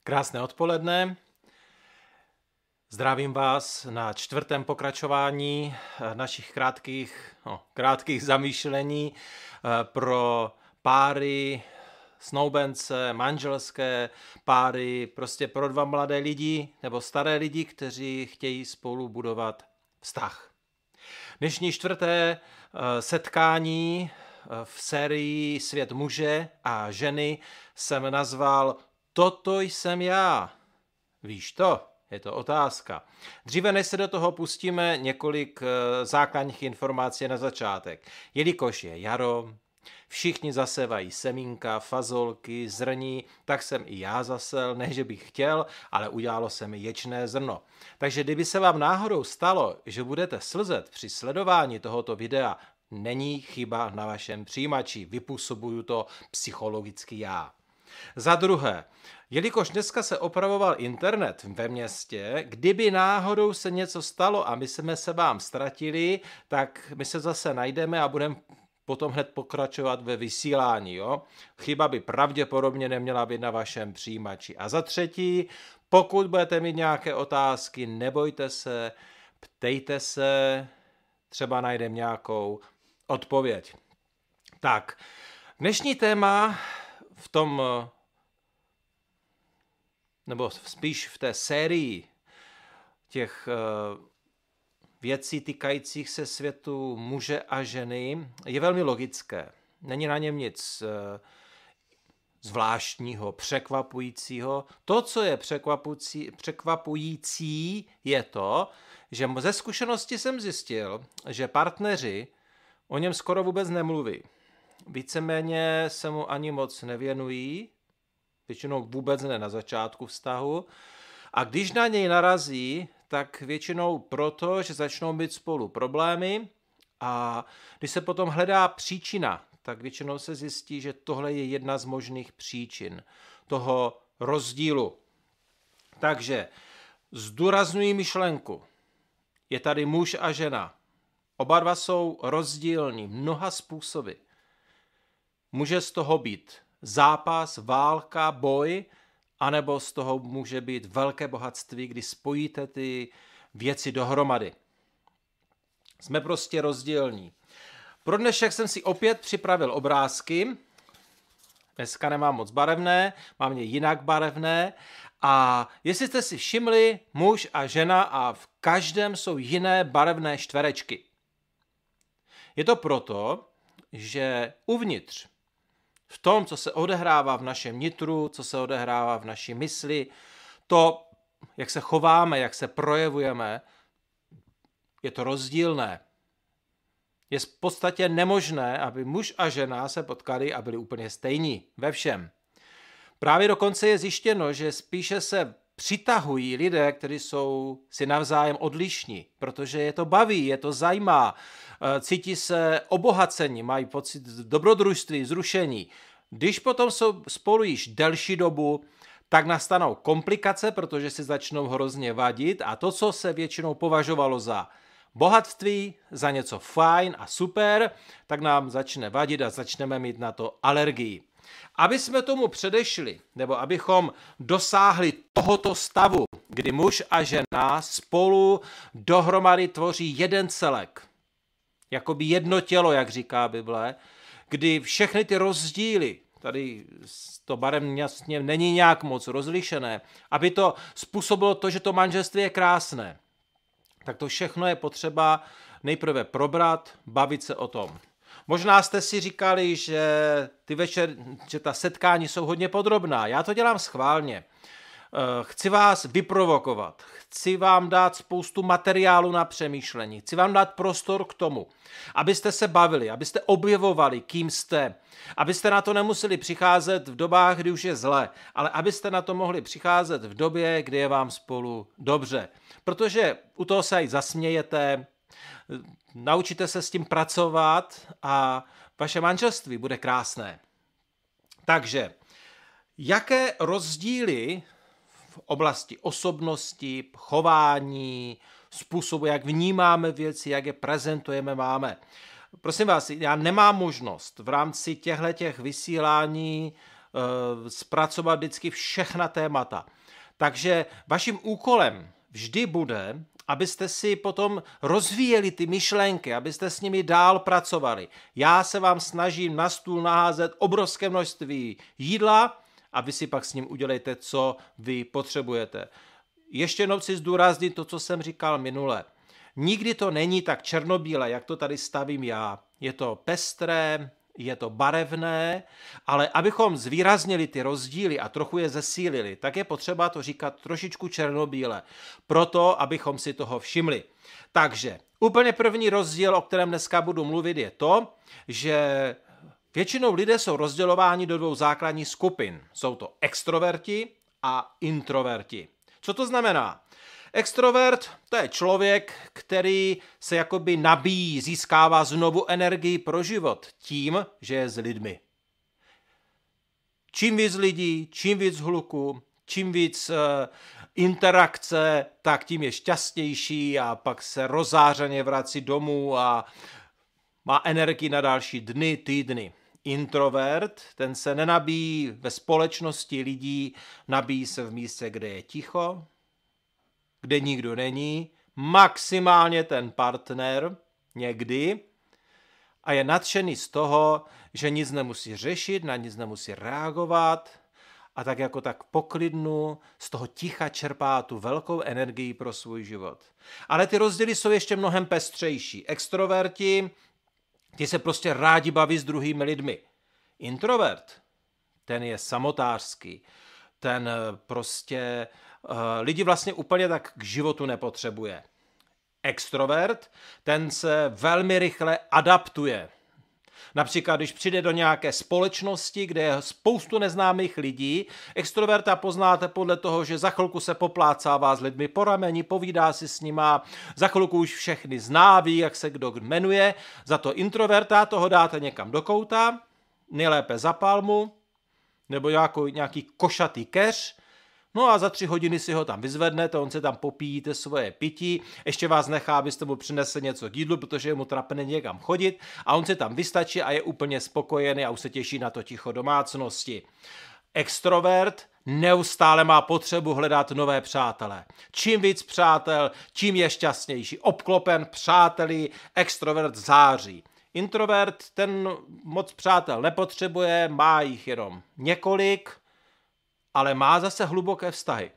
Krásné odpoledne. Zdravím vás na 4. pokračování našich krátkých zamýšlení pro páry, snoubence, manželské páry, prostě pro dva mladé lidi nebo staré lidi, kteří chtějí spolu budovat vztah. Dnešní 4. setkání v sérii Svět muže a ženy jsem nazval Toto jsem já. Víš to? Je to otázka. Dříve než se do toho pustíme, několik základních informací na začátek. Jelikož je jaro, všichni zasévají semínka, fazolky, zrní, tak jsem i já zasel, ne že bych chtěl, ale udělalo se mi ječné zrno. Takže kdyby se vám náhodou stalo, že budete slzet při sledování tohoto videa, není chyba na vašem přijímači, vypůsobuju to psychologicky já. Za druhé, jelikož dneska se opravoval internet ve městě, kdyby náhodou se něco stalo a my jsme se vám ztratili, tak my se zase najdeme a budeme potom hned pokračovat ve vysílání. Jo? Chyba by pravděpodobně neměla být na vašem přijímači. A za třetí, pokud budete mít nějaké otázky, nebojte se, ptejte se, třeba najdeme nějakou odpověď. Tak, dnešní téma nebo spíš v té sérii těch věcí týkajících se světu muže a ženy je velmi logické. Není na něm nic zvláštního, překvapujícího. To, co je překvapující, je to, že ze zkušenosti jsem zjistil, že partneři o něm skoro vůbec nemluví. Víceméně se mu ani moc nevěnují, většinou vůbec ne na začátku vztahu. A když na něj narazí, tak většinou proto, že začnou mít spolu problémy a když se potom hledá příčina, tak většinou se zjistí, že tohle je jedna z možných příčin toho rozdílu. Takže zdůrazňuji myšlenku. Je tady muž a žena. Oba dva jsou rozdílní mnoha způsoby. Může z toho být zápas, válka, boj, anebo z toho může být velké bohatství, kdy spojíte ty věci dohromady. Jsme prostě rozdílní. Pro dnešek jsem si opět připravil obrázky. Dneska nemám moc barevné, mám je jinak barevné. A jestli jste si všimli, muž a žena a v každém jsou jiné barevné čtverečky. Je to proto, že uvnitř, v tom, co se odehrává v našem nitru, co se odehrává v naší mysli, to, jak se chováme, jak se projevujeme, je to rozdílné. Je v podstatě nemožné, aby muž a žena se potkali a byli úplně stejní ve všem. Právě dokonce je zjištěno, že spíše se přitahují lidé, kteří jsou si navzájem odlišní, protože je to baví, je to zajímá, cítí se obohacení, mají pocit dobrodružství, vzrušení. Když potom jsou spolu již delší dobu, tak nastanou komplikace, protože si začnou hrozně vadit a to, co se většinou považovalo za bohatství, za něco fajn a super, tak nám začne vadit a začneme mít na to alergii. Aby jsme tomu předešli, nebo abychom dosáhli tohoto stavu, kdy muž a žena spolu dohromady tvoří jeden celek, jakoby jedno tělo, jak říká Bible, kdy všechny ty rozdíly, tady to barevně jasně není nějak moc rozlišené, aby to způsobilo to, že to manželství je krásné, tak to všechno je potřeba nejprve probrat, bavit se o tom. Možná jste si říkali, že že ta setkání jsou hodně podrobná. Já to dělám schválně. Chci vás vyprovokovat. Chci vám dát spoustu materiálu na přemýšlení. Chci vám dát prostor k tomu, abyste se bavili, abyste objevovali, kým jste. Abyste na to nemuseli přicházet v dobách, kdy už je zle, ale abyste na to mohli přicházet v době, kdy je vám spolu dobře. Protože u toho se i zasmějete, naučíte se s tím pracovat a vaše manželství bude krásné. Takže, jaké rozdíly v oblasti osobnosti, chování, způsobu, jak vnímáme věci, jak je prezentujeme, máme? Prosím vás, já nemám možnost v rámci těchto vysílání zpracovat vždycky všechna témata. Takže vaším úkolem vždy bude, abyste si potom rozvíjeli ty myšlenky, abyste s nimi dál pracovali. Já se vám snažím na stůl naházet obrovské množství jídla a vy si pak s ním udělejte, co vy potřebujete. Ještě jednou si zdůraznit to, co jsem říkal minule. Nikdy to není tak černobílé, jak to tady stavím já. Je to pestré, je to barevné, ale abychom zvýraznili ty rozdíly a trochu je zesílili, tak je potřeba to říkat trošičku černobíle, proto abychom si toho všimli. Takže úplně první rozdíl, o kterém dneska budu mluvit, je to, že většinou lidé jsou rozdělováni do dvou základních skupin. Jsou to extroverti a introverti. Co to znamená? Extrovert, to je člověk, který se jakoby nabíjí, získává znovu energii pro život tím, že je s lidmi. Čím víc lidí, čím víc hluku, čím víc interakce, tak tím je šťastnější a pak se rozzářeně vrací domů a má energii na další dny, týdny. Introvert, ten se nenabíjí ve společnosti lidí, nabíjí se v místě, kde je ticho, kde nikdo není, maximálně ten partner někdy a je nadšený z toho, že nic nemusí řešit, na nic nemusí reagovat a tak jako tak poklidnu z toho ticha čerpá tu velkou energii pro svůj život. Ale ty rozdíly jsou ještě mnohem pestřejší. Extroverti, ti se prostě rádi baví s druhými lidmi. Introvert, ten je samotářský, ten prostě lidi vlastně úplně tak k životu nepotřebuje. Extrovert, ten se velmi rychle adaptuje. Například, když přijde do nějaké společnosti, kde je spoustu neznámých lidí, extroverta poznáte podle toho, že za chvilku se poplácává s lidmi po rameni, povídá si s nima, za chvilku už všechny zná, ví, jak se kdo jmenuje, za to introverta toho dáte někam do kouta, nejlépe za palmu, nebo nějaký košatý keř, no a za 3 hodiny si ho tam vyzvednete, on se tam popíjíte svoje pití, ještě vás nechá, abyste mu přinesli něco k jídlu, protože je mu trapné někam chodit a on se tam vystačí a je úplně spokojený a už se těší na to ticho domácnosti. Extrovert neustále má potřebu hledat nové přátele. Čím víc přátel, tím je šťastnější. Obklopen přáteli, extrovert září. Introvert, ten moc přátel nepotřebuje, má jich jenom několik, ale má zase hluboké vztahy.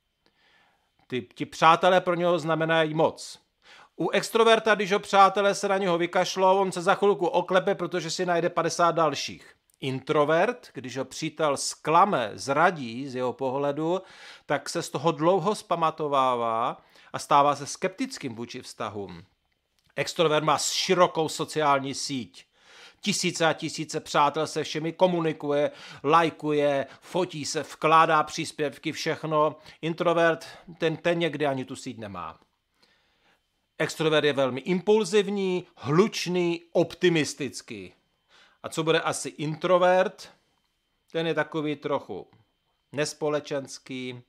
Ti přátelé pro něho znamenají moc. U extroverta, když ho přátelé se na něho vykašlou, on se za chvilku oklepe, protože si najde 50 dalších. Introvert, když ho přítel zklame, zradí z jeho pohledu, tak se z toho dlouho zpamatovává a stává se skeptickým vůči vztahům. Extrovert má širokou sociální síť. Tisíce a tisíce přátel se všemi komunikuje, lajkuje, fotí se, vkládá příspěvky, všechno. Introvert, ten někdy ani tu síť nemá. Extrovert je velmi impulzivní, hlučný, optimistický. A co bude asi introvert? Ten je takový trochu nespolečenský,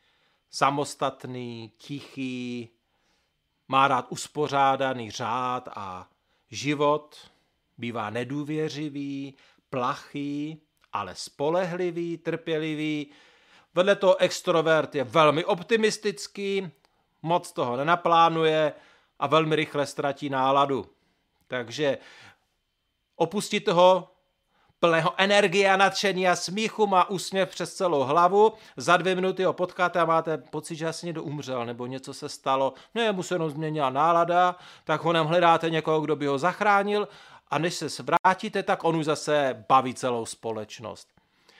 samostatný, tichý, má rád uspořádaný řád a život, bývá nedůvěřivý, plachý, ale spolehlivý, trpělivý. Vedle toho extrovert je velmi optimistický, moc toho nenaplánuje a velmi rychle ztratí náladu. Takže opustit toho plného energie a nadšení a smíchu, má úsměv přes celou hlavu, za 2 minuty ho potkáte a máte pocit, že asi někdo umřel nebo něco se stalo, ne, mu se jenom změnila nálada, tak honem hledáte někoho, kdo by ho zachránil a než se vrátíte, tak on už zase baví celou společnost.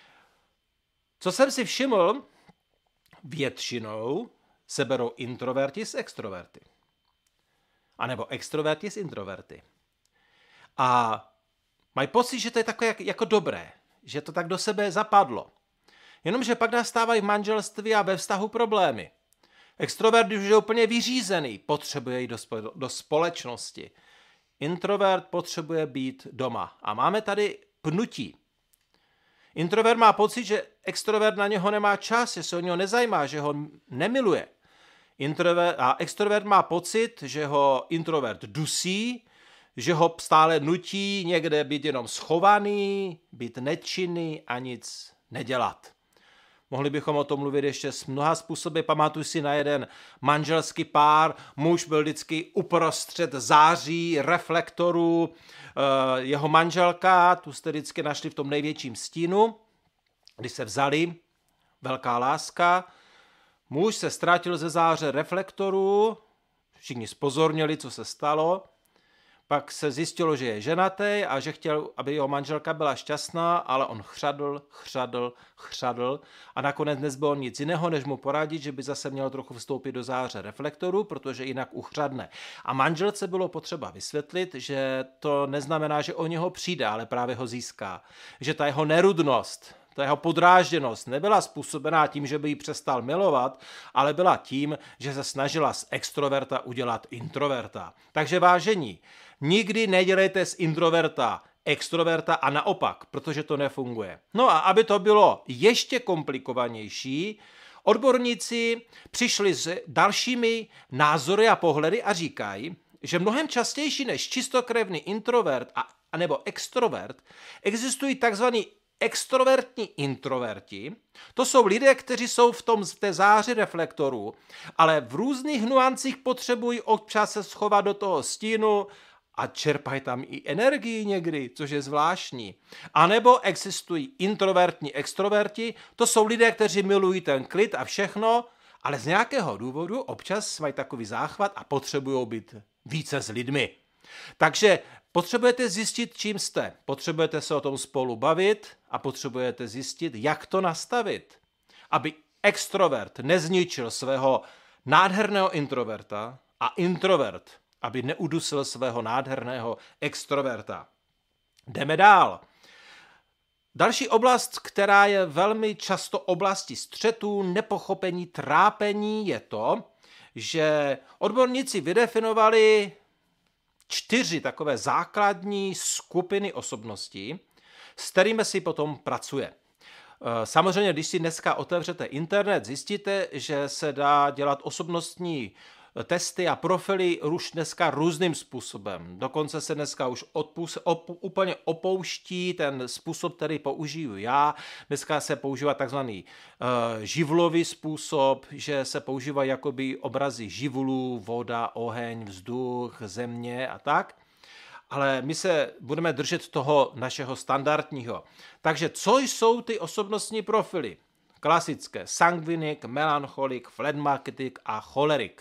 Co jsem si všiml, většinou se berou introverti s extroverty. A nebo extroverti s introverty. A mají pocit, že to je takové jako dobré, že to tak do sebe zapadlo. Jenomže pak nastávají v manželství a ve vztahu problémy. Extrovert, když je úplně vyřízený, potřebuje jít do společnosti. Introvert potřebuje být doma. A máme tady pnutí. Introvert má pocit, že extrovert na něho nemá čas, že se o něho nezajímá, že ho nemiluje. A extrovert má pocit, že ho introvert dusí, že ho stále nutí někde být jenom schovaný, být nečinný a nic nedělat. Mohli bychom o tom mluvit ještě s mnoha způsoby. Pamatuju si na jeden manželský pár, muž byl vždycky uprostřed září reflektorů, jeho manželka, tu jste vždycky našli v tom největším stínu, když se vzali, velká láska, muž se ztratil ze záře reflektorů, všichni zpozornili, co se stalo, pak se zjistilo, že je ženatý a že chtěl, aby jeho manželka byla šťastná, ale on chřadl a nakonec nezbylo nic jiného, než mu poradit, že by zase měl trochu vstoupit do záře reflektoru, protože jinak uchřadne. A manželce bylo potřeba vysvětlit, že to neznamená, že o něho přijde, ale právě ho získá. Že ta jeho nerudnost, ta jeho podrážděnost nebyla způsobená tím, že by ji přestal milovat, ale byla tím, že se snažila z extroverta udělat introverta. Takže vážení, nikdy nedělejte z introverta extroverta a naopak, protože to nefunguje. No a aby to bylo ještě komplikovanější, odborníci přišli s dalšími názory a pohledy a říkají, že mnohem častější než čistokrevný introvert anebo extrovert existují takzvaný extrovertní introverti, to jsou lidé, kteří jsou v té záři reflektorů, ale v různých nuancích potřebují občas se schovat do toho stínu a čerpají tam i energii někdy, což je zvláštní. A nebo existují introvertní extroverti, to jsou lidé, kteří milují ten klid a všechno, ale z nějakého důvodu občas mají takový záchvat a potřebují být více s lidmi. Takže potřebujete zjistit, čím jste. Potřebujete se o tom spolu bavit a potřebujete zjistit, jak to nastavit, aby extrovert nezničil svého nádherného introverta a introvert, aby neudusil svého nádherného extroverta. Jdeme dál. Další oblast, která je velmi často oblastí střetů, nepochopení, trápení, je to, že odborníci vydefinovali 4 takové základní skupiny osobností, s kterými si potom pracuje. Samozřejmě, když si dneska otevřete internet, zjistíte, že se dá dělat osobnostní testy a profily už dneska různým způsobem. Dokonce se dneska už úplně opouští ten způsob, který použiju já. Dneska se používá takzvaný živlový způsob, že se používají jakoby obrazy živlů, voda, oheň, vzduch, země a tak. Ale my se budeme držet toho našeho standardního. Takže co jsou ty osobnostní profily? Klasické: sangvinik, melancholik, flegmatik a cholerik.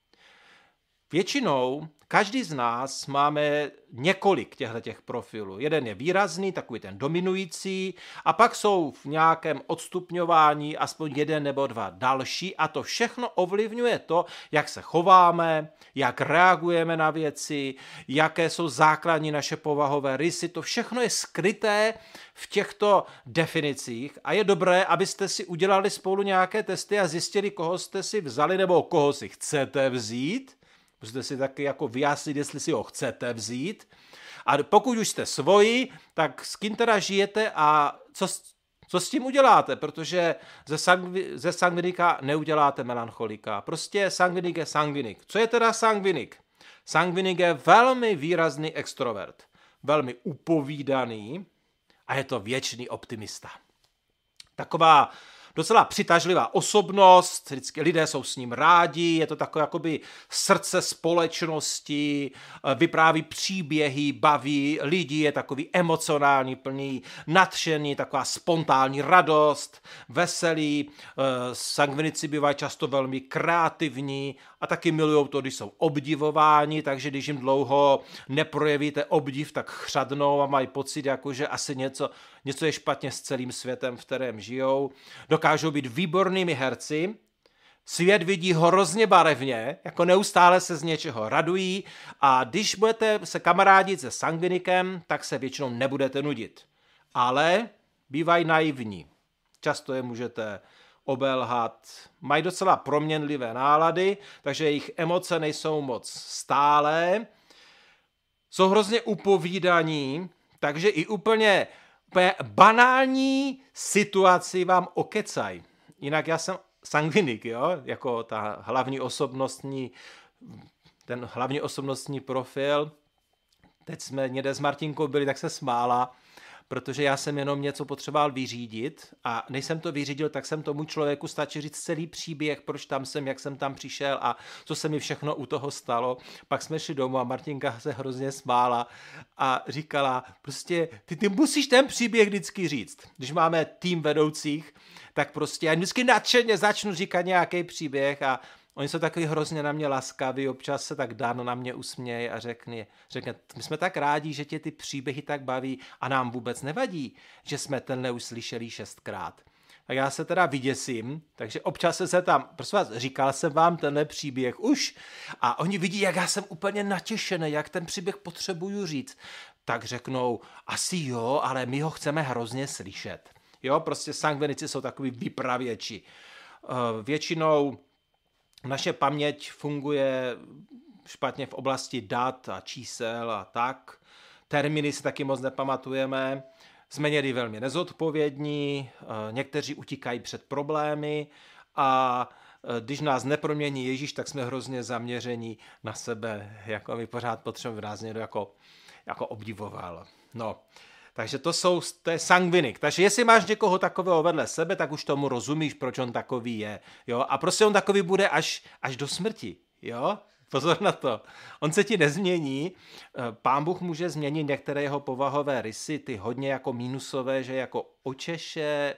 Většinou každý z nás máme několik těchto profilů. Jeden je výrazný, takový ten dominující, a pak jsou v nějakém odstupňování aspoň 1 nebo 2 další, a to všechno ovlivňuje to, jak se chováme, jak reagujeme na věci, jaké jsou základní naše povahové rysy. To všechno je skryté v těchto definicích a je dobré, abyste si udělali spolu nějaké testy a zjistili, koho jste si vzali nebo koho si chcete vzít. Musíte si taky jako vyjasnit, jestli si ho chcete vzít. A pokud už jste svoji, tak s kým teda žijete a co s tím uděláte? Protože ze sangvinika neuděláte melancholika. Prostě sangvinik je sangvinik. Co je teda sangvinik? Sangvinik je velmi výrazný extrovert. Velmi upovídaný a je to věčný optimista. Taková docela přitažlivá osobnost, vždycky lidé jsou s ním rádi, je to takové jakoby srdce společnosti, vypráví příběhy, baví lidi, je takový emocionální, plný nadšený, taková spontánní radost, veselý. Sangvinici bývají často velmi kreativní a taky milujou to, když jsou obdivováni, takže když jim dlouho neprojevíte obdiv, tak chřadnou a mají pocit, jako že asi něco je špatně s celým světem, v kterém žijou. Dokážou být výbornými herci, svět vidí hrozně barevně, jako neustále se z něčeho radují, a když budete se kamarádit se sangvinikem, tak se většinou nebudete nudit. Ale bývají naivní. Často je můžete obelhat, mají docela proměnlivé nálady, takže jejich emoce nejsou moc stálé, jsou hrozně upovídaní, takže i úplně banální situaci vám okecají. Jinak já jsem sangvinik, jo? Jako ten hlavní osobnostní profil, teď jsme někde s Martinkou byli, tak se smála, protože já jsem jenom něco potřeboval vyřídit a než jsem to vyřídil, tak jsem tomu člověku stačil říct celý příběh, proč tam jsem, jak jsem tam přišel a co se mi všechno u toho stalo. Pak jsme šli domů a Martinka se hrozně smála a říkala, prostě ty musíš ten příběh vždycky říct. Když máme tým vedoucích, tak prostě já vždycky nadšeně začnu říkat nějaký příběh a oni jsou takový hrozně na mě laskaví, občas se tak dáno na mě usmějí a řekne, my jsme tak rádi, že tě ty příběhy tak baví a nám vůbec nevadí, že jsme tenhle už slyšeli 6krát. Tak já se teda vyděsím, takže občas se tam, prosím vás, říkal jsem vám tenhle příběh už a oni vidí, jak já jsem úplně natěšený, jak ten příběh potřebuju říct. Tak řeknou, asi jo, ale my ho chceme hrozně slyšet. Jo, prostě sangvinici jsou takový vypravěči. Většinou naše paměť funguje špatně v oblasti dat a čísel a tak. Termíny si taky moc nepamatujeme. Jsme někdy velmi nezodpovědní, někteří utíkají před problémy a když nás nepromění Ježíš, tak jsme hrozně zaměření na sebe, jako my pořád potřebujeme, nás někdo jako obdivoval. No. Takže to je sangvinik. Takže jestli máš někoho takového vedle sebe, tak už tomu rozumíš, proč on takový je. Jo? A prostě on takový bude až do smrti. Jo? Pozor na to. On se ti nezmění. Pán Bůh může změnit některé jeho povahové rysy, ty hodně jako mínusové, že jako očeše,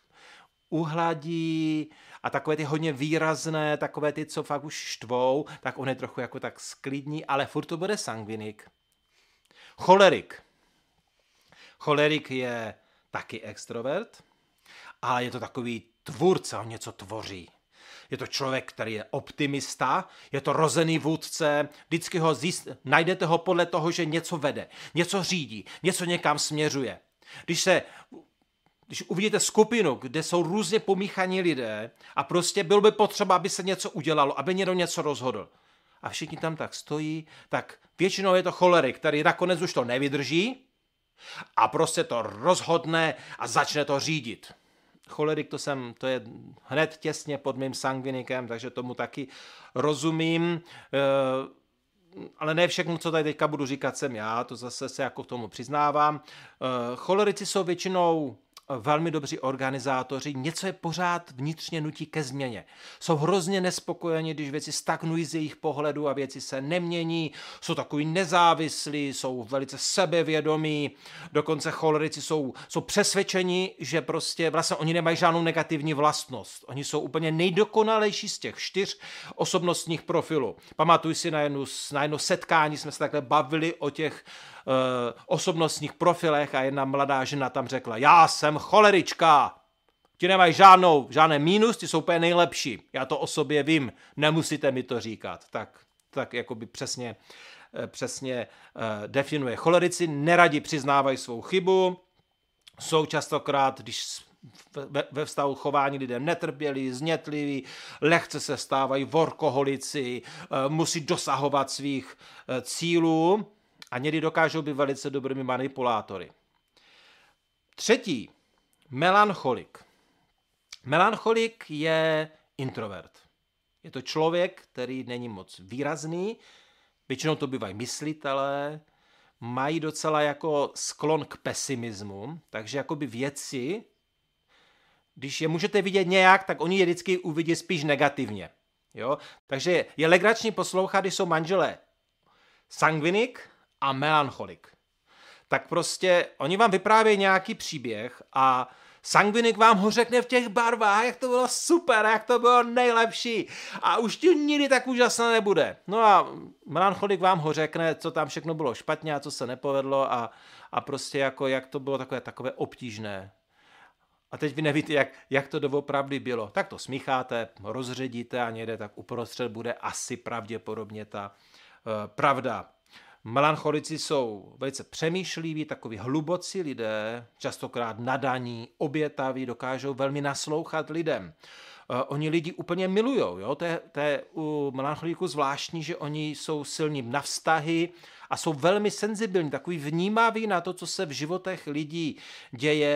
uhladí a takové ty hodně výrazné, takové ty, co fakt už štvou, tak on je trochu jako tak sklidní, ale furt to bude sangvinik. Cholerik. Cholerik je taky extrovert, ale je to takový tvůrce, on něco tvoří. Je to člověk, který je optimista, je to rozený vůdce, vždycky najdete ho podle toho, že něco vede, něco řídí, něco někam směřuje. Když uvidíte skupinu, kde jsou různě pomíchaní lidé a prostě bylo by potřeba, aby se něco udělalo, aby někdo něco rozhodl. A všichni tam tak stojí, tak většinou je to cholerik, který nakonec už to nevydrží, a prostě to rozhodne a začne to řídit. Cholerik to je hned těsně pod mým sangvinikem, takže tomu taky rozumím, ale ne všechno, co tady teďka budu říkat, jsem já, to zase se jako k tomu přiznávám. Cholerici jsou většinou velmi dobří organizátoři, něco je pořád vnitřně nutí ke změně. Jsou hrozně nespokojeni, když věci stagnují z jejich pohledu a věci se nemění, jsou takový nezávislí, jsou velice sebevědomí, dokonce cholerici jsou přesvědčeni, že prostě vlastně oni nemají žádnou negativní vlastnost. Oni jsou úplně nejdokonalejší z těch 4 osobnostních profilů. Pamatuju si na jedno setkání, jsme se takhle bavili o těch osobnostních profilech a jedna mladá žena tam řekla, já jsem cholerička, ti nemají žádné mínus, ti jsou úplně nejlepší, já to o sobě vím, nemusíte mi to říkat. Tak jakoby přesně definuje. Cholerici neradi přiznávají svou chybu, jsou častokrát, když ve vztahu chování lidem netrpělí, znětliví, lehce se stávají workoholici, musí dosahovat svých cílů, a někdy dokážou být velice dobrými manipulátory. 3. Melancholik. Melancholik je introvert. Je to člověk, který není moc výrazný, většinou to bývají myslitelé, mají docela jako sklon k pesimismu, takže jakoby věci, když je můžete vidět nějak, tak oni je vždycky uvidí spíš negativně. Jo? Takže je legrační poslouchat, když jsou manželé sangvinik a melancholik. Tak prostě oni vám vyprávějí nějaký příběh a sangvinik vám ho řekne v těch barvách, jak to bylo super, jak to bylo nejlepší a už ti nikdy tak úžasné nebude. No a melancholik vám ho řekne, co tam všechno bylo špatně a co se nepovedlo a prostě jako jak to bylo takové obtížné. A teď vy nevíte, jak to doopravdy bylo. Tak to smícháte, rozředíte a někde tak uprostřed bude asi pravděpodobně ta pravda. Melancholici jsou velice přemýšliví, takoví hlubocí lidé, častokrát nadaní, obětaví, dokážou velmi naslouchat lidem. Oni lidi úplně milujou, jo? To je u melancholiků zvláštní, že oni jsou silní na vztahy a jsou velmi senzibilní, takový vnímaví na to, co se v životech lidí děje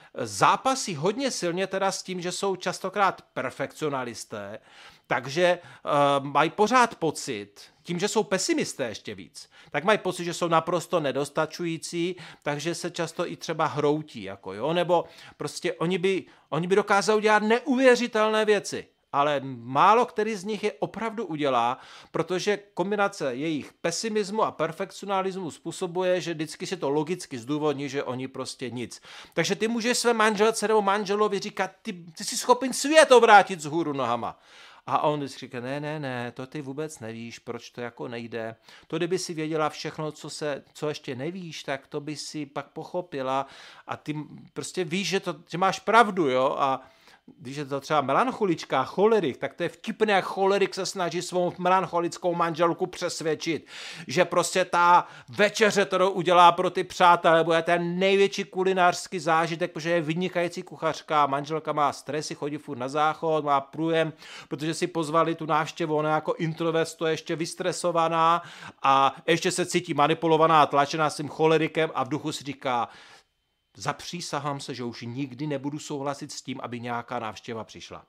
zápasí hodně silně teda s tím, že jsou častokrát perfekcionalisté, takže mají pořád pocit, tím, že jsou pesimisté ještě víc, tak mají pocit, že jsou naprosto nedostačující, takže se často i třeba hroutí, jako jo, nebo prostě oni by dokázali dělat neuvěřitelné věci, ale málo který z nich je opravdu udělá, protože kombinace jejich pesimismu a perfekcionalismu způsobuje, že vždycky si to logicky zdůvodní, že oni prostě nic. Takže ty můžeš své manželce nebo manželovi říkat, ty jsi schopen svět obrátit vzhůru nohama. A on říká, ne, to ty vůbec nevíš, proč to jako nejde. To, kdyby si věděla všechno, co ještě nevíš, tak to by si pak pochopila a ty prostě víš, že máš pravdu, jo, a když je to třeba melancholička, cholerik, tak to je vtipné, jak cholerik se snaží svou melancholickou manželku přesvědčit, že prostě ta večeře, kterou udělá pro ty přátelé, bude ten největší kulinářský zážitek, protože je vynikající kuchařka, manželka má stresy, chodí furt na záchod, má průjem, protože si pozvali tu návštěvu, ona jako introvert, to je ještě vystresovaná a ještě se cítí manipulovaná a tlačená s tím cholerikem a v duchu si říká, zapřísahám se, že už nikdy nebudu souhlasit s tím, aby nějaká návštěva přišla.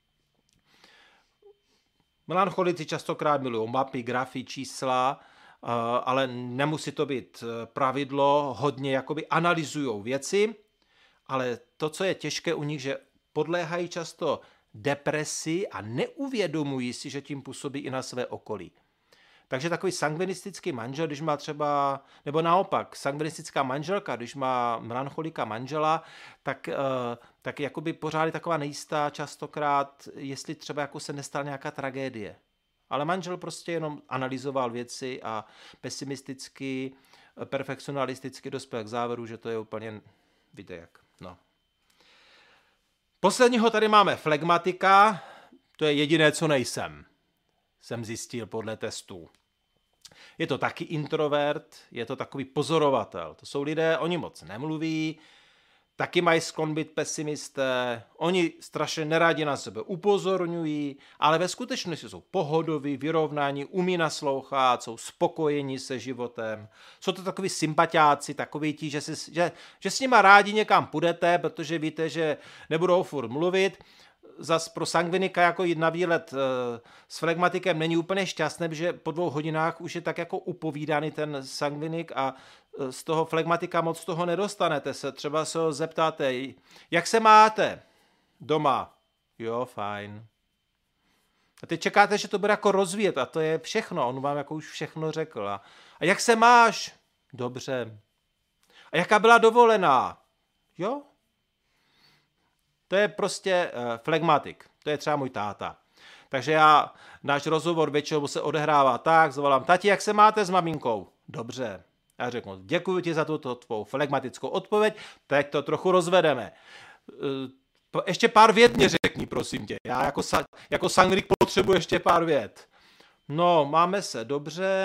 Melancholici častokrát milují mapy, grafy, čísla, ale nemusí to být pravidlo, hodně jakoby analyzují věci, ale to, co je těžké u nich, že podléhají často depresi a neuvědomují si, že tím působí i na své okolí. Takže takový sangvinistický manžel, když má třeba, nebo naopak, sangvinistická manželka, když má melancholika manžela, tak jakoby pořád je taková nejistá častokrát, jestli třeba jako se nestala nějaká tragédie. Ale manžel prostě jenom analyzoval věci a pesimisticky, perfekcionalisticky dospěl k závěru, že to je úplně, víte jak, no. Posledního tady máme flegmatika, to je jediné, co nejsem. Jsem zjistil podle testů. Je to taky introvert, je to takový pozorovatel. To jsou lidé, oni moc nemluví, taky mají sklon být pesimisté, oni strašně nerádi na sebe upozorňují, ale ve skutečnosti jsou pohodoví, vyrovnaní, umí naslouchat, jsou spokojení se životem. Jsou to takový sympatiáci, takový ti, že s nima rádi někam půjdete, protože víte, že nebudou furt mluvit. Zas pro sangvinika jako jít na výlet s flegmatikem není úplně šťastné, protože po 2 hodinách už je tak jako upovídaný ten sangvinik a z toho flegmatika moc toho nedostanete se. Třeba se ho zeptáte, jak se máte doma? Jo, fajn. A teď čekáte, že to bude jako rozvíjet a to je všechno. On vám jako už všechno řekl. A jak se máš? Dobře. A jaká byla dovolená? Jo? To je prostě flegmatik. To je třeba můj táta. Takže náš rozhovor většinou se odehrává tak, zavolám, tati, jak se máte s maminkou? Dobře. Já řeknu, děkuji ti za tuto tvou flegmatickou odpověď, teď to trochu rozvedeme. Ještě pár vět mě řekni, prosím tě. Já jako sangrik potřebuji ještě pár vět. No, máme se dobře.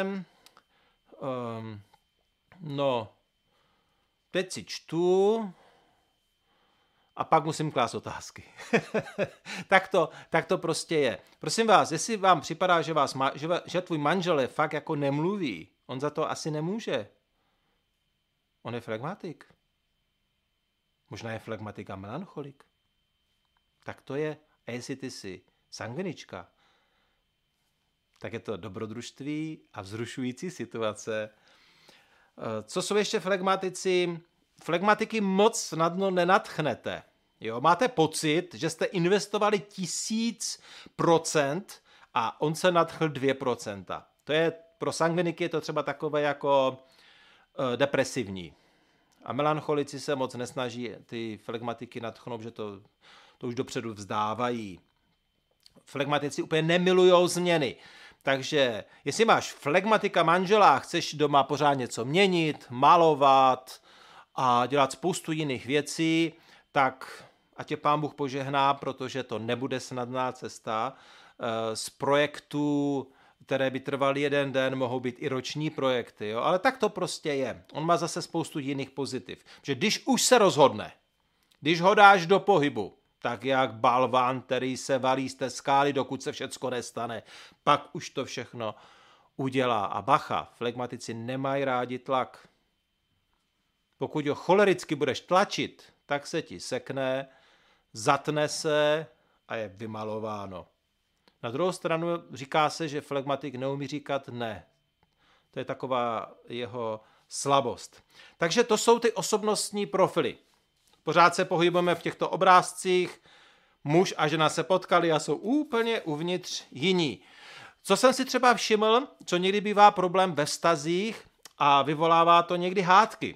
No, teď si čtu a pak musím klást otázky. tak to prostě je. Prosím vás, jestli vám připadá, že tvůj manžel je fakt jako nemluví, on za to asi nemůže. On je flegmatik. Možná je flegmatik a melancholik. Tak to je. A jestli ty jsi sangvinička, tak je to dobrodružství a vzrušující situace. Co jsou ještě flegmatici? Flegmatiky moc snadno nenadchnete. Jo? Máte pocit, že jste investovali 1000% a on se nadchl 2%. To je, pro sangviniky je to třeba takové jako depresivní. A melancholici se moc nesnaží ty flegmatiky nadchnout, že to už dopředu vzdávají. Flegmatici úplně nemilujou změny. Takže jestli máš flegmatika manžela, chceš doma pořád něco měnit, malovat a dělat spoustu jiných věcí, tak ať tě Pán Bůh požehná, protože to nebude snadná cesta. Z projektů, které by trvaly 1 den, mohou být i roční projekty. Jo? Ale tak to prostě je. On má zase spoustu jiných pozitiv. Že když už se rozhodne, když ho dáš do pohybu, tak jak balván, který se valí z té skály, dokud se všecko nestane, pak už to všechno udělá. A bacha, flegmatici nemají rádi tlak. Pokud ho cholericky budeš tlačit, tak se ti sekne, zatne se a je vymalováno. Na druhou stranu říká se, že flegmatik neumí říkat ne. To je taková jeho slabost. Takže to jsou ty osobnostní profily. Pořád se pohybujeme v těchto obrázcích, muž a žena se potkali a jsou úplně uvnitř jiní. Co jsem si třeba všiml, co někdy bývá problém ve vztazích a vyvolává to někdy hádky,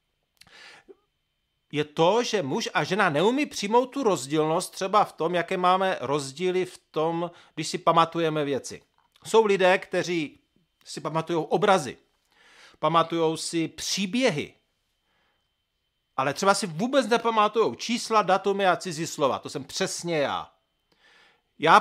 je to, že muž a žena neumí přijmout tu rozdílnost třeba v tom, jaké máme rozdíly v tom, když si pamatujeme věci. Jsou lidé, kteří si pamatují obrazy, pamatují si příběhy, ale třeba si vůbec nepamatují čísla, datumy a cizí slova. To jsem přesně já. Já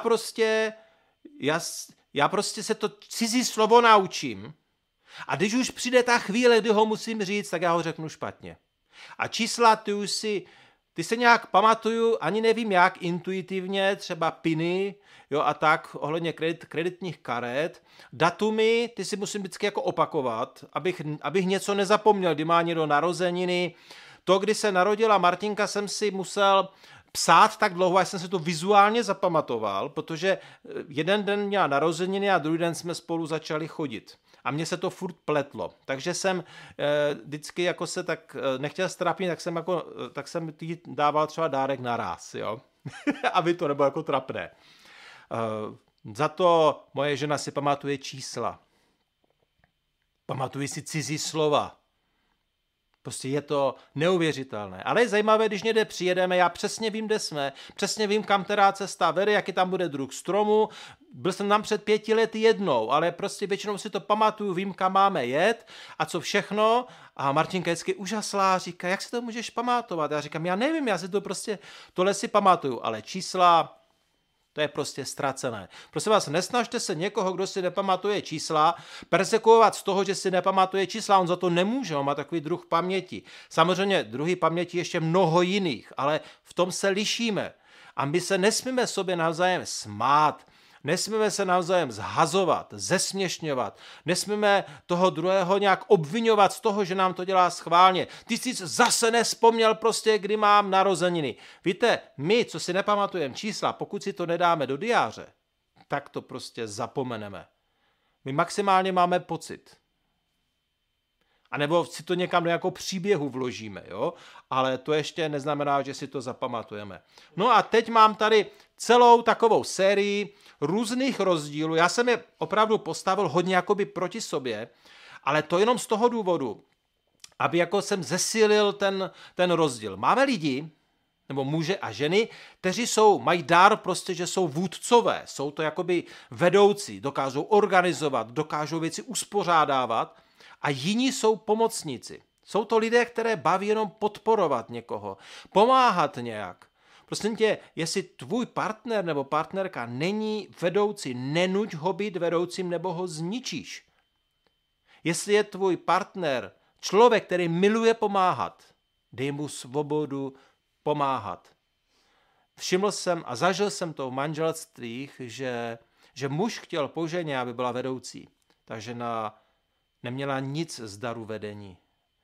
prostě se to cizí slovo naučím a když už přijde ta chvíle, kdy ho musím říct, tak já ho řeknu špatně. A čísla, ty se nějak pamatuju, ani nevím jak, intuitivně, třeba piny, jo, a tak ohledně kreditních karet. Datumy, ty si musím vždycky jako opakovat, abych něco nezapomněl, kdy má někdo narozeniny. To, kdy se narodila Martinka, jsem si musel psát tak dlouho, až jsem si to vizuálně zapamatoval, protože jeden den měla narozeniny a druhý den jsme spolu začali chodit. A mně se to furt pletlo. Takže jsem vždycky jako se tak nechtěl strapnit, tak jsem jí dával třeba dárek naraz, jo? Aby to nebylo jako trapné. Za to moje žena si pamatuje čísla. Pamatuje si cizí slova. Prostě je to neuvěřitelné. Ale je zajímavé, když někde přijedeme, já přesně vím, kde jsme, přesně vím, kam která cesta vede, jaký tam bude druh stromu. Byl jsem tam před 5 lety jednou, ale prostě většinou si to pamatuju, vím, kam máme jet a co všechno. A Martinka vždycky úžaslá, říká, jak si to můžeš pamatovat? Já říkám, já nevím, já si to prostě, tohle si pamatuju, ale čísla, to je prostě ztracené. Prosím vás, nesnažte se někoho, kdo si nepamatuje čísla, persekuovat z toho, že si nepamatuje čísla, on za to nemůže, on má takový druh paměti. Samozřejmě druhy paměti ještě mnoho jiných, ale v tom se lišíme. A my se nesmíme sobě navzájem smát, nesmíme se navzájem zhazovat, zesměšňovat, nesmíme toho druhého nějak obvinovat z toho, že nám to dělá schválně. Ty jsi zase nespomněl prostě, kdy mám narozeniny. Víte, my, co si nepamatujeme čísla, pokud si to nedáme do diáře, tak to prostě zapomeneme. My maximálně máme pocit. A nebo si to někam do nějakou příběhu vložíme, jo? Ale to ještě neznamená, že si to zapamatujeme. No a teď mám tady celou takovou sérii různých rozdílů. Já jsem je opravdu postavil hodně jakoby proti sobě, ale to jenom z toho důvodu, aby jako jsem zesílil ten rozdíl. Máme lidi, nebo muže a ženy, kteří mají dar prostě, že jsou vůdcové, jsou to jakoby vedoucí, dokážou organizovat, dokážou věci uspořádávat, a jiní jsou pomocníci. Jsou to lidé, které baví jenom podporovat někoho, pomáhat nějak. Prosím tě, jestli tvůj partner nebo partnerka není vedoucí, nenuť ho být vedoucím nebo ho zničíš. Jestli je tvůj partner člověk, který miluje pomáhat, dej mu svobodu pomáhat. Všiml jsem a zažil jsem to v manželstvích, že muž chtěl po ženě, aby byla vedoucí. Ta žena neměla nic z daru vedení.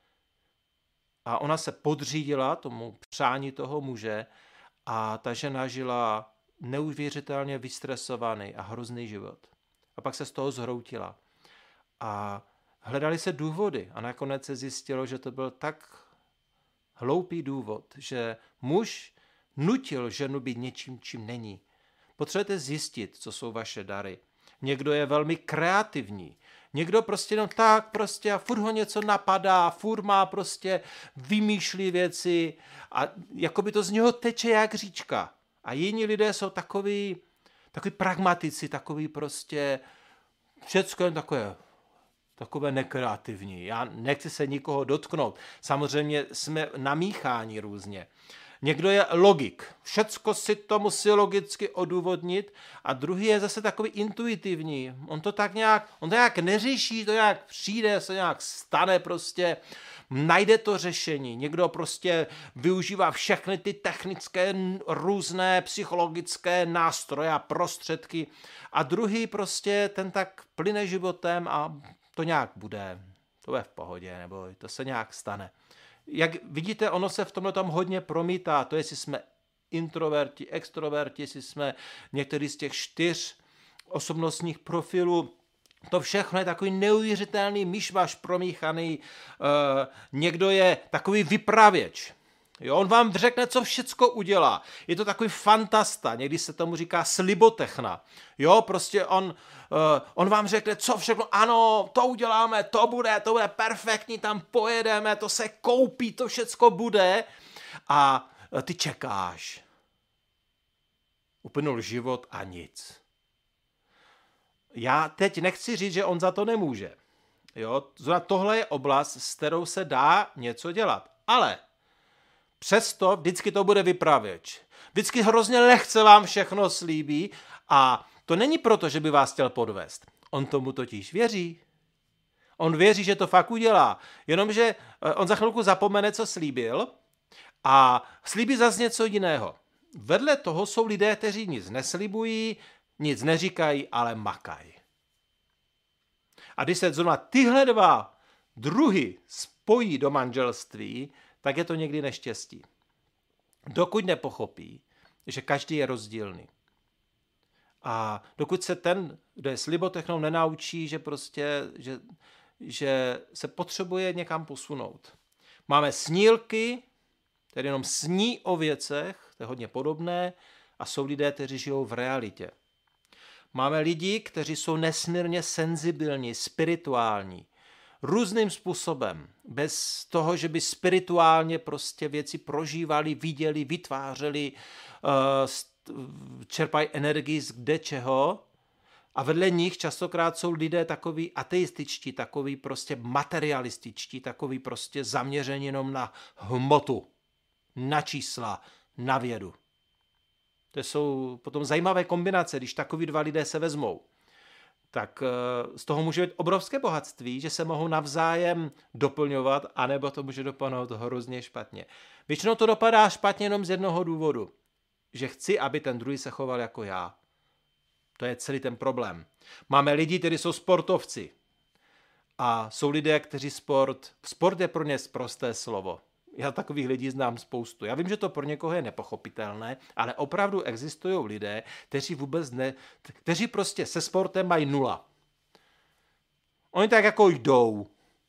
A ona se podřídila tomu přání toho muže a ta žena žila neuvěřitelně vystresovaný a hrozný život. A pak se z toho zhroutila. A hledali se důvody a nakonec se zjistilo, že to byl tak hloupý důvod, že muž nutil ženu být něčím, čím není. Potřebujete zjistit, co jsou vaše dary. Někdo je velmi kreativní, někdo prostě no tak prostě a furt ho něco napadá, furt má prostě vymýšlí věci a jakoby to z něho teče jak říčka. A jiní lidé jsou takový pragmatici, takový prostě všecko jen takové nekreativní. Já nechci se nikoho dotknout. Samozřejmě jsme namícháni různě. Někdo je logik. Všecko si to musí logicky odůvodnit a druhý je zase takový intuitivní. On to nějak neřeší, to nějak přijde, se nějak stane prostě, najde to řešení. Někdo prostě využívá všechny ty technické různé psychologické nástroje a prostředky a druhý prostě ten tak plyne životem a to nějak bude. To je v pohodě, nebo to se nějak stane. jak vidíte, ono se v tomhle tam hodně promítá, to jestli jsme introverti, extroverti, jestli jsme některý z těch 4 osobnostních profilů. To všechno je takový neuvěřitelný myšmaš promíchaný. Někdo je takový vypravěč. Jo, on vám řekne, co všecko udělá. Je to takový fantasta, někdy se tomu říká slibotechna. Jo, prostě on vám řekne, co všechno, ano, to uděláme, to bude perfektní, tam pojedeme, to se koupí, to všecko bude. A ty čekáš. Uplynul život a nic. Já teď nechci říct, že on za to nemůže. Jo, tohle je oblast, s kterou se dá něco dělat. Ale přesto vždycky to bude vypravěč. Vždycky hrozně lehce vám všechno slíbí a to není proto, že by vás chtěl podvést. On tomu totiž věří. On věří, že to fakt udělá. Jenomže on za chvilku zapomene, co slíbil a slíbí zase něco jiného. Vedle toho jsou lidé, kteří nic neslibují, nic neříkají, ale makají. A když se zrovna tyhle 2 druhy spojí do manželství, tak je to někdy neštěstí. Dokud nepochopí, že každý je rozdílný. A dokud se ten, kdo je slibotechnou, nenaučí, že se potřebuje někam posunout. Máme snílky, tedy jenom sní o věcech, to je hodně podobné, a jsou lidé, kteří žijou v realitě. Máme lidi, kteří jsou nesmírně senzibilní, spirituální, různým způsobem, bez toho, že by spirituálně prostě věci prožívali, viděli, vytvářeli, čerpají energii z kdečeho. A vedle nich častokrát jsou lidé takový ateističtí, takový prostě materialističtí, takový prostě zaměření jenom na hmotu, na čísla, na vědu. To jsou potom zajímavé kombinace, když takový 2 lidé se vezmou. Tak z toho může být obrovské bohatství, že se mohou navzájem doplňovat, anebo to může dopadnout hrozně špatně. Většinou to dopadá špatně jenom z jednoho důvodu, že chci, aby ten druhý se choval jako já. To je celý ten problém. Máme lidi, kteří jsou sportovci a jsou lidé, kteří sport je pro ně prosté slovo. Já takových lidí znám spoustu. Já vím, že to pro někoho je nepochopitelné, ale opravdu existují lidé, kteří prostě se sportem mají 0. Oni tak jako jdou.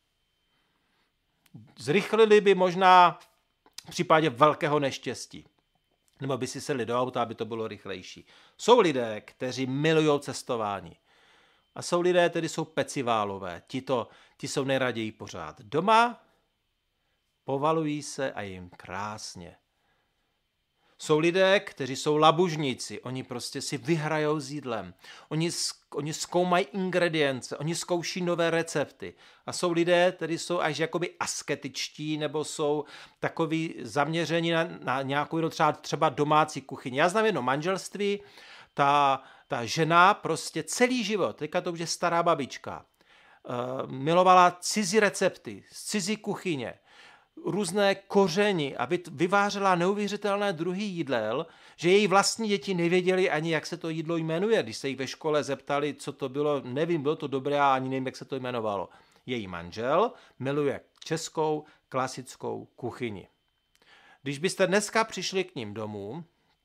Zrychlili by možná v případě velkého neštěstí. Nebo by si sedli do auta, aby to bylo rychlejší. Jsou lidé, kteří milují cestování. A jsou lidé, kteří jsou peciválové. Ti jsou nejraději pořád doma, povalují se a jim krásně. Jsou lidé, kteří jsou labužníci, oni prostě si vyhrajou s jídlem, oni zkoumají ingredience, oni zkouší nové recepty. A jsou lidé, kteří jsou až jakoby asketičtí, nebo jsou takový zaměření na nějakou třeba domácí kuchyni. Já znám jedno manželství, ta žena prostě celý život, teďka to už je stará babička, milovala cizí recepty, z cizí kuchyně, různé koření a vyvářela neuvěřitelné druhy jídel, že její vlastní děti nevěděli ani, jak se to jídlo jmenuje. Když se jich ve škole zeptali, co to bylo, nevím, bylo to dobré a ani nevím, jak se to jmenovalo. Její manžel miluje českou klasickou kuchyni. Když byste dneska přišli k ním domů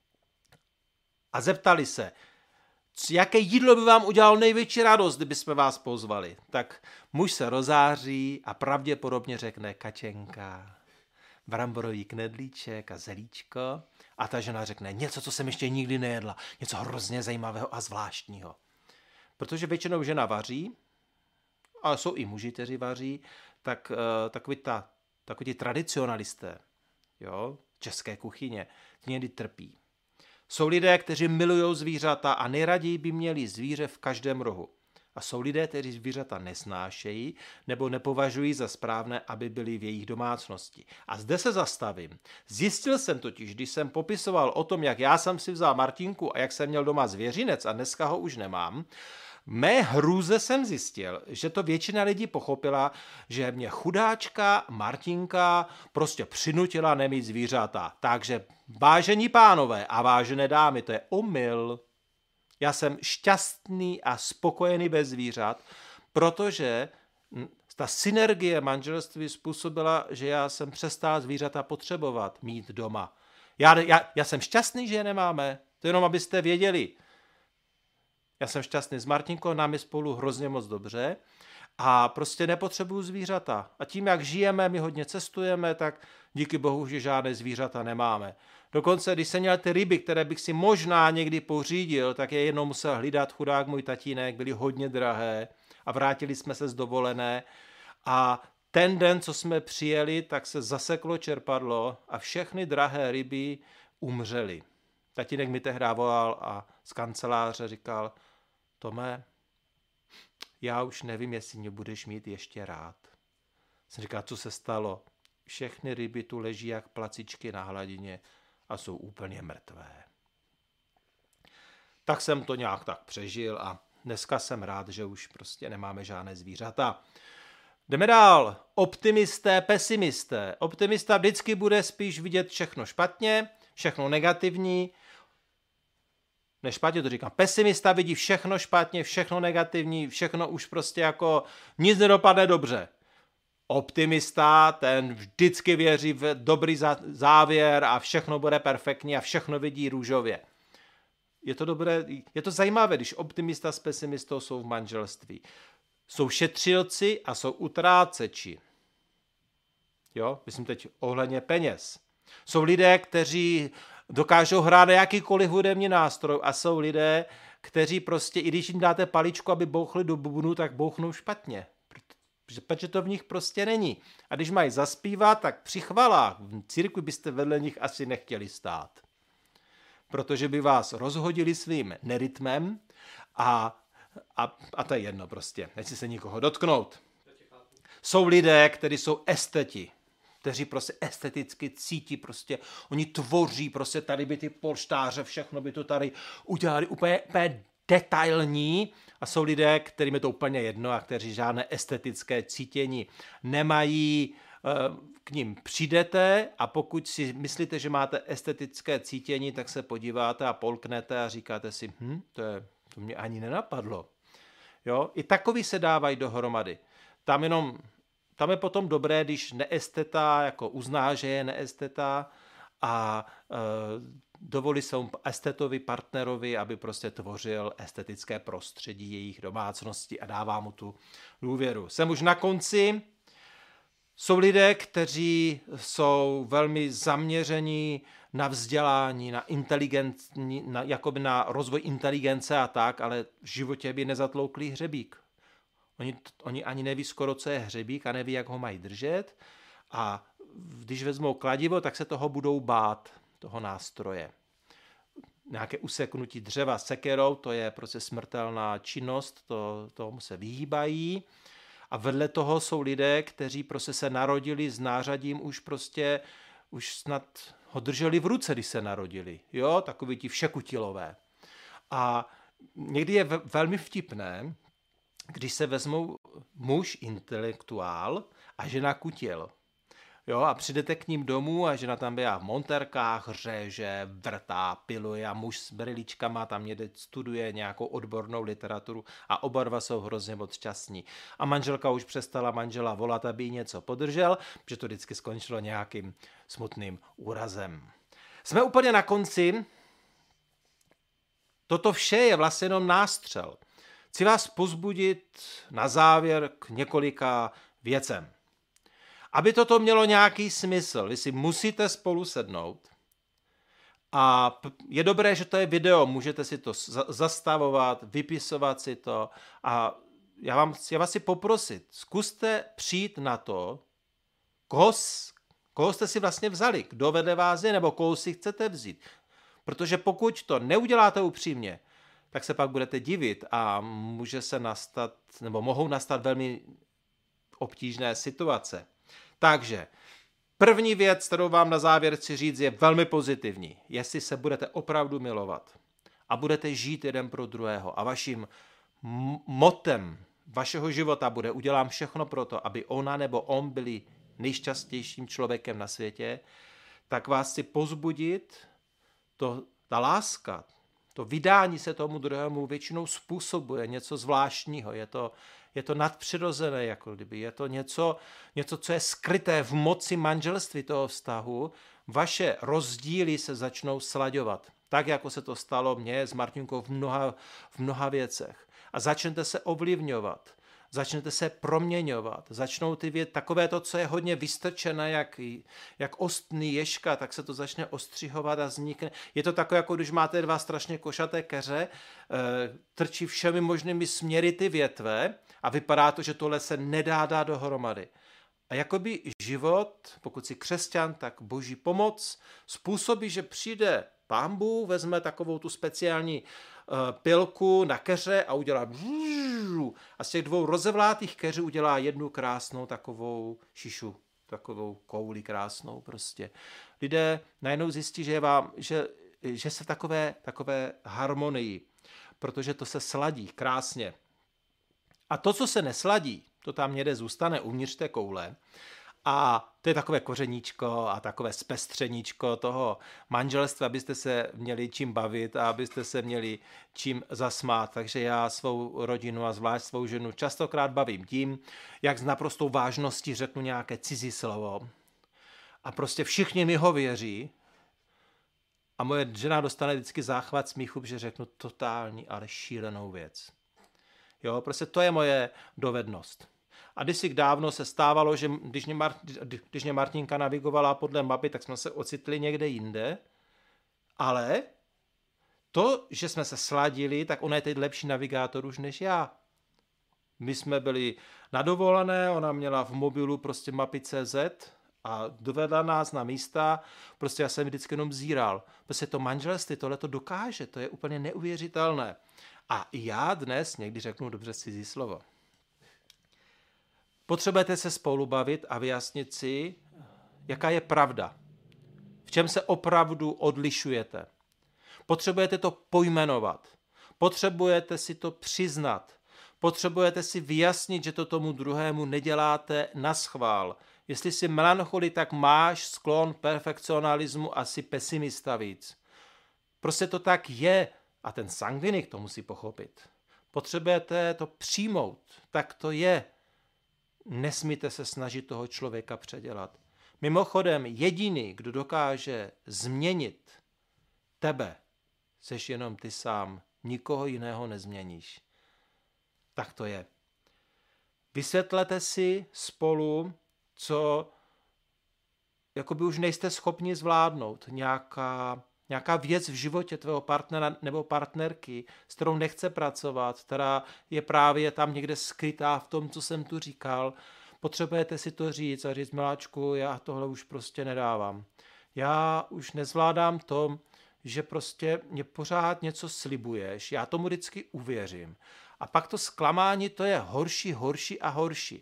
a zeptali se, jaké jídlo by vám udělalo největší radost, kdyby jsme vás pozvali, tak muž se rozáří a pravděpodobně řekne kačenka, bramborový knedlíček a zelíčko a ta žena řekne něco, co jsem ještě nikdy nejedla, něco hrozně zajímavého a zvláštního. Protože většinou žena vaří, ale jsou i muži, kteří vaří, tak takoví ti tradicionalisté, jo, české kuchyně, ti někdy trpí. Jsou lidé, kteří milují zvířata a nejraději by měli zvíře v každém rohu. A jsou lidé, kteří zvířata nesnášejí nebo nepovažují za správné, aby byli v jejich domácnosti. A zde se zastavím. Zjistil jsem totiž, když jsem popisoval o tom, jak já jsem si vzal Martinku a jak jsem měl doma zvěřinec a dneska ho už nemám, mé hrůze jsem zjistil, že to většina lidí pochopila, že mě chudáčka Martinka prostě přinutila nemít zvířata. Takže vážení pánové a vážené dámy, to je omyl. Já jsem šťastný a spokojený bez zvířat, protože Ta synergie manželství způsobila, že já jsem přestal zvířata potřebovat mít doma. Já jsem šťastný, že je nemáme. To jenom, abyste věděli. Já jsem šťastný s Martinkou, nám je spolu hrozně moc dobře a prostě nepotřebuju zvířata. A tím, jak žijeme, my hodně cestujeme, tak díky bohu, že žádné zvířata nemáme. Dokonce, když jsem měl ty ryby, které bych si možná někdy pořídil, tak je jednou musel hlídat chudák můj tatínek, byly hodně drahé a vrátili jsme se z dovolené a ten den, co jsme přijeli, tak se zaseklo čerpadlo a všechny drahé ryby umřely. Tatínek mi tehdy volal a z kanceláře říkal: Tome, já už nevím, jestli mě budeš mít ještě rád. Jsem říkal, co se stalo? Všechny ryby tu leží jak placičky na hladině a jsou úplně mrtvé. Tak jsem to nějak tak přežil a dneska jsem rád, že už prostě nemáme žádné zvířata. Jdeme dál. Optimisté, pesimisté. Optimista vždycky bude spíš vidět všechno špatně, všechno negativní. Nešpatně to říkám. Pesimista vidí všechno špatně, všechno negativní, všechno už prostě jako nic nedopadne dobře. Optimista, ten vždycky věří v dobrý závěr a všechno bude perfektní a všechno vidí růžově. Je to dobré, je to zajímavé, když optimista s pesimistou jsou v manželství. Jsou šetřilci a jsou utráceči. Jo, myslím teď ohledně peněz. Jsou lidé, kteří dokážou hrát na jakýkoliv hudební nástroj a jsou lidé, kteří prostě, i když jim dáte paličku, aby bouchli do bubnu, tak bouchnou špatně. Protože to v nich prostě není. A když mají zaspívat, tak při chvalách v církvi byste vedle nich asi nechtěli stát. Protože by vás rozhodili svým nerytmem a to je jedno prostě. Nechci se nikoho dotknout. Jsou lidé, kteří jsou esteti, kteří prostě esteticky cítí, prostě oni tvoří, prostě tady by ty polštáře, všechno by to tady udělali úplně detailní a jsou lidé, kterým je to úplně jedno a kteří žádné estetické cítění nemají, k ním přijdete a pokud si myslíte, že máte estetické cítění, tak se podíváte a polknete a říkáte si, to mě ani nenapadlo. Jo? I takový se dávají dohromady. Tam je potom dobré, když neesteta jako uzná, že je neesteta a dovolí svému estetovi, partnerovi, aby prostě tvořil estetické prostředí jejich domácnosti a dává mu tu důvěru. Jsem už na konci. Jsou lidé, kteří jsou velmi zaměření na vzdělání, na inteligentní, jakoby na rozvoj inteligence a tak, ale v životě by nezatloukli hřebík. Oni ani neví skoro, co je hřebík a neví, jak ho mají držet a když vezmou kladivo, tak se toho budou bát, toho nástroje. Nějaké useknutí dřeva sekerou, to je prostě smrtelná činnost, tomu se vyhýbají. A vedle toho jsou lidé, kteří prostě se narodili s nářadím, už snad ho drželi v ruce, když se narodili. Jo, takoví ti všekutilové. A někdy je velmi vtipné, když se vezmou muž intelektuál a žena kutil. Jo, a přijdete k ním domů a žena tam bývá v monterkách, řeže, vrtá, piluje a muž s brýličkama tam někde studuje nějakou odbornou literaturu a oba dva jsou hrozně moc šťastní. A manželka už přestala manžela volat, aby jí něco podržel, protože to vždycky skončilo nějakým smutným úrazem. Jsme úplně na konci. Toto vše je vlastně jenom nástřel. Chci vás pozbudit na závěr k několika věcem. Aby toto mělo nějaký smysl, vy si musíte spolu sednout a je dobré, že to je video, můžete si to zastavovat, vypisovat si to a já vás si poprosit, zkuste přijít na to, koho jste si vlastně vzali, kdo vede vás je, nebo koho si chcete vzít. Protože pokud to neuděláte upřímně, tak se pak budete divit a mohou nastat velmi obtížné situace. Takže první věc, kterou vám na závěr chci říct, je velmi pozitivní. Jestli se budete opravdu milovat a budete žít jeden pro druhého a vaším motem vašeho života bude udělám všechno pro to, aby ona nebo on byli nejšťastnějším člověkem na světě, tak vás chci pozbudit, ta láska, To vydání se tomu druhému většinou způsobuje něco zvláštního. Je to nadpřirozené, jako kdyby. Je to něco, co je skryté v moci manželství toho vztahu. Vaše rozdíly se začnou slaďovat. Tak, jako se to stalo mně s Martinkou v mnoha věcech. A začnete se ovlivňovat. Začnete se proměňovat. Začnou ty věci, takové to, co je hodně vystrčené, jak ostný ježka, tak se to začne ostřihovat a vznikne. Je to takové, jako když máte dva strašně košaté keře, trčí všemi možnými směry ty větve a vypadá to, že tohle se nedá dát dohromady. A jakoby život, pokud jsi křesťan, tak boží pomoc způsobí, že přijde Pán Bůh, vezme takovou tu speciální pilku na keře a udělá a z těch dvou rozevlátých keřů udělá jednu krásnou takovou šišu, takovou kouli krásnou prostě. Lidé najednou zjistí, že se v takové harmonii, protože to se sladí krásně. A to, co se nesladí, to tam někde zůstane uvnitř té koule. A to je takové kořeníčko a takové zpestřeníčko toho manželství, abyste se měli čím bavit a abyste se měli čím zasmát. Takže já svou rodinu a zvlášť svou ženu častokrát bavím tím, jak s naprostou vážností řeknu nějaké cizí slovo. A prostě všichni mi ho věří. A moje žena dostane vždycky záchvat smíchu, že řeknu totální, ale šílenou věc. Jo, prostě to je moje dovednost. A kdysi dávno se stávalo, že když mě Martinka navigovala podle mapy, tak jsme se ocitli někde jinde. Ale to, že jsme se sladili, tak ona je teď lepší navigátor už než já. My jsme byli na dovolené, ona měla v mobilu prostě mapy.cz a dovedla nás na místa, prostě já jsem vždycky jenom zíral. Prostě to manželství tohle to dokáže, to je úplně neuvěřitelné. A já dnes někdy řeknu dobře cizí slovo. Potřebujete se spolu bavit a vyjasnit si, jaká je pravda. V čem se opravdu odlišujete. Potřebujete to pojmenovat. Potřebujete si to přiznat. Potřebujete si vyjasnit, že to tomu druhému neděláte naschvál. Jestli jsi melancholii, tak máš sklon perfekcionalismu a jsi pesimista víc. Prostě to tak je a ten sangvinik to musí pochopit. Potřebujete to přijmout. Tak to je. Nesmíte se snažit toho člověka předělat. Mimochodem, jediný, kdo dokáže změnit tebe, seš jenom ty sám. Nikoho jiného nezměníš. Tak to je. Vysvětlete si spolu, co jakoby už nejste schopni zvládnout. Nějaká věc v životě tvého partnera nebo partnerky, s kterou nechce pracovat, která je právě tam někde skrytá v tom, co jsem tu říkal. Potřebujete si to říct a říct, miláčku, já tohle už prostě nedávám. Já už nezvládám to, že prostě mě pořád něco slibuješ, já tomu vždycky uvěřím. A pak to zklamání, to je horší a horší.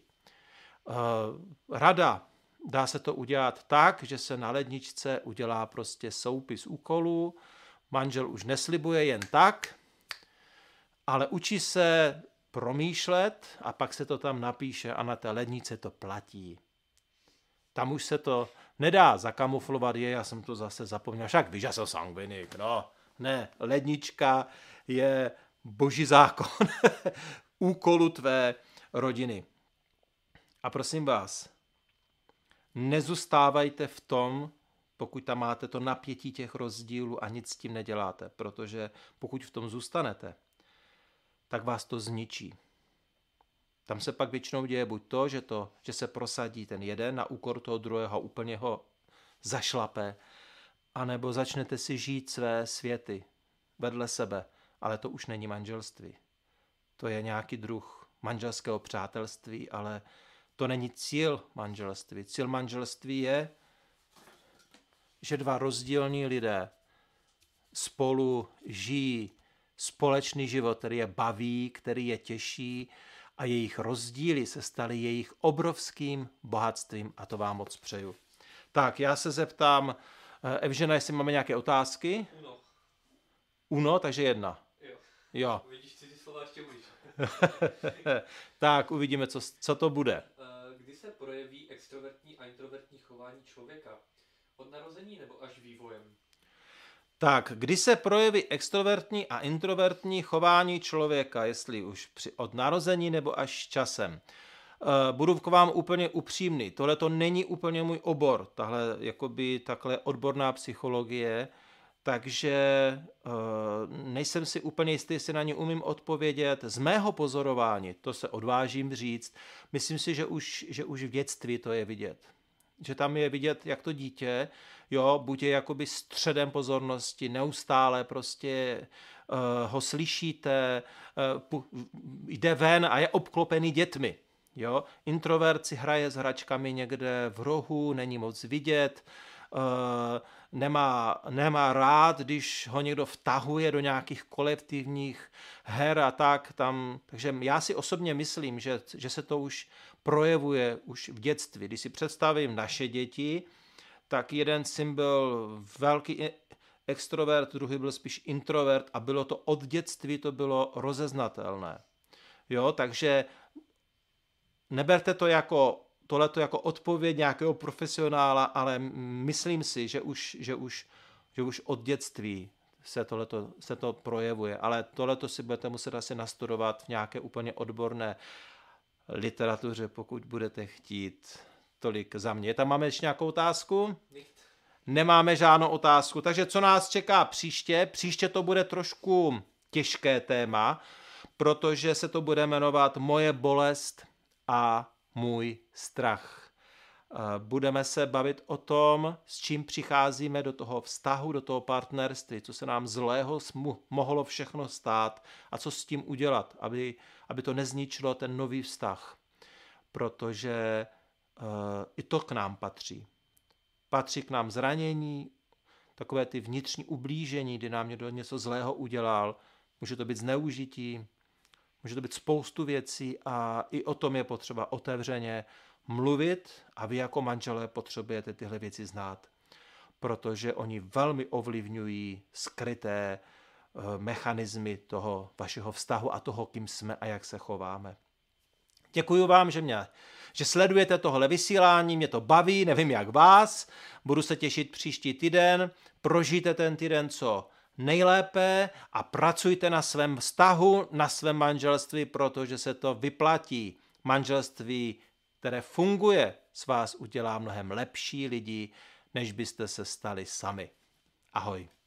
Rada. Dá se to udělat tak, že se na ledničce udělá prostě soupis úkolů, manžel už neslibuje jen tak, ale učí se promýšlet a pak se to tam napíše a na té lednici to platí. Tam už se to nedá zakamuflovat, já jsem to zase zapomněl, však víš, já jsem sangvinik, no, ne, lednička je boží zákon úkolu tvé rodiny. A prosím vás, nezůstávajte v tom, pokud tam máte to napětí těch rozdílů a nic s tím neděláte, protože pokud v tom zůstanete, tak vás to zničí. Tam se pak většinou děje buď to, že se prosadí ten jeden na úkor toho druhého, úplně ho zašlape, anebo začnete si žít své světy vedle sebe, ale to už není manželství. To je nějaký druh manželského přátelství, ale to není cíl manželství. Cíl manželství je, že dva rozdílní lidé spolu žijí společný život, který je baví, který je těší a jejich rozdíly se staly jejich obrovským bohatstvím a to vám moc přeju. Tak, já se zeptám Evžena, jestli máme nějaké otázky. Uno, takže jedna. Jo. Uvidíš cizí slova ještě blíž. Tak, uvidíme, co to bude. Kdy se projeví extrovertní a introvertní chování člověka? Od narození nebo až vývojem? Tak, kdy se projeví extrovertní a introvertní chování člověka, jestli už od narození nebo až časem? Budu k vám úplně upřímný. Tohle to není úplně můj obor, takhle odborná psychologie, takže nejsem si úplně jistý, jestli na ně umím odpovědět. Z mého pozorování, to se odvážím říct, myslím si, že už v dětství to je vidět. Že tam je vidět, jak to dítě, buď je jakoby středem pozornosti, neustále prostě ho slyšíte, jde ven a je obklopený dětmi. Introvert si hraje s hračkami někde v rohu, není moc vidět, nemá rád, když ho někdo vtahuje do nějakých kolektivních her a tak tam. Takže já si osobně myslím, že se to už projevuje už v dětství. Když si představím naše děti, tak jeden syn byl velký extrovert, druhý byl spíš introvert a bylo to od dětství, to bylo rozeznatelné. Takže neberte to tohleto jako odpověď nějakého profesionála, ale myslím si, že už od dětství se to projevuje. Ale tohleto si budete muset asi nastudovat v nějaké úplně odborné literatuře, pokud budete chtít. Tolik za mě. Tam máme ještě nějakou otázku? Nemáme žádnou otázku. Takže co nás čeká příště? Příště to bude trošku těžké téma, protože se to bude jmenovat Moje bolest a můj strach. Budeme se bavit o tom, s čím přicházíme do toho vztahu, do toho partnerství, co se nám zlého mohlo všechno stát a co s tím udělat, aby to nezničilo ten nový vztah. Protože i to k nám patří. Patří k nám zranění, takové ty vnitřní ublížení, kdy nám někdo něco zlého udělal. Může to být zneužití, může to být spoustu věcí a i o tom je potřeba otevřeně mluvit a vy jako manželé potřebujete tyhle věci znát, protože oni velmi ovlivňují skryté mechanismy toho vašeho vztahu a toho, kým jsme a jak se chováme. Děkuji vám, že sledujete tohle vysílání, mě to baví, nevím jak vás, budu se těšit příští týden, prožijte ten týden co nejlépe a pracujte na svém vztahu, na svém manželství, protože se to vyplatí. Manželství, které funguje, z vás udělá mnohem lepší lidi, než byste se stali sami. Ahoj.